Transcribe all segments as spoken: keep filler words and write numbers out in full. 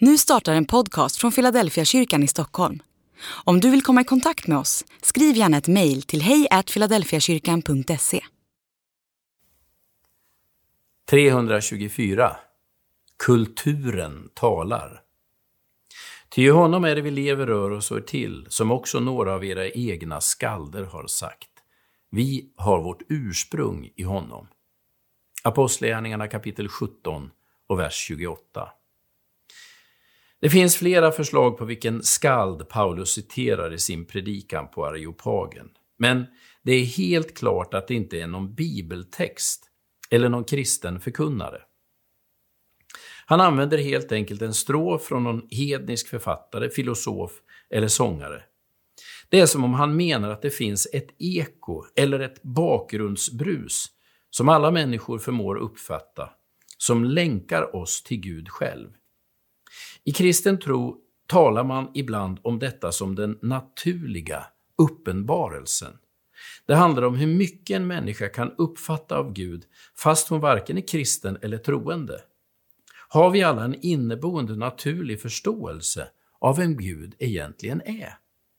Nu startar en podcast från Philadelphia kyrkan i Stockholm. Om du vill komma i kontakt med oss, skriv gärna ett mejl till hej at philadelphiakyrkan punkt se. trehundratjugofyra. Kulturen talar. Ty i honom är det vi lever, rör oss och är till, som också några av era egna skalder har sagt. Vi har vårt ursprung i honom. Apostlagärningarna kapitel sjutton och vers tjugoåtta. Det finns flera förslag på vilken skald Paulus citerar i sin predikan på Areopagen. Men det är helt klart att det inte är någon bibeltext eller någon kristen förkunnare. Han använder helt enkelt en strof från någon hednisk författare, filosof eller sångare. Det är som om han menar att det finns ett eko eller ett bakgrundsbrus som alla människor förmår uppfatta, som länkar oss till Gud själv. I kristen tro talar man ibland om detta som den naturliga uppenbarelsen. Det handlar om hur mycket en människa kan uppfatta av Gud fast hon varken är kristen eller troende. Har vi alla en inneboende naturlig förståelse av vem Gud egentligen är?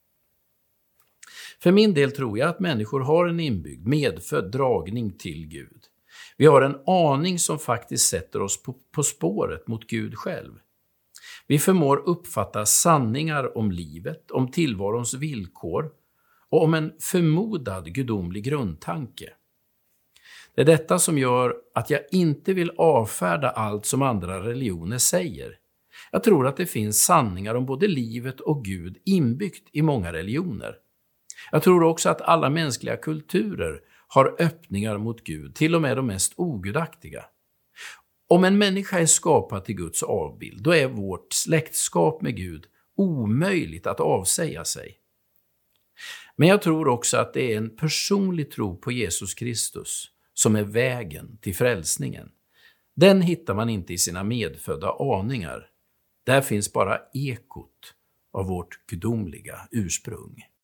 För min del tror jag att människor har en inbyggd, medfödd dragning till Gud. Vi har en aning som faktiskt sätter oss på, på spåret mot Gud själv. Vi förmår uppfatta sanningar om livet, om tillvarons villkor och om en förmodad gudomlig grundtanke. Det är detta som gör att jag inte vill avfärda allt som andra religioner säger. Jag tror att det finns sanningar om både livet och Gud inbyggt i många religioner. Jag tror också att alla mänskliga kulturer har öppningar mot Gud, till och med de mest ogudaktiga. Om en människa är skapad till Guds avbild, då är vårt släktskap med Gud omöjligt att avsäga sig. Men jag tror också att det är en personlig tro på Jesus Kristus som är vägen till frälsningen. Den hittar man inte i sina medfödda aningar. Där finns bara ekot av vårt gudomliga ursprung.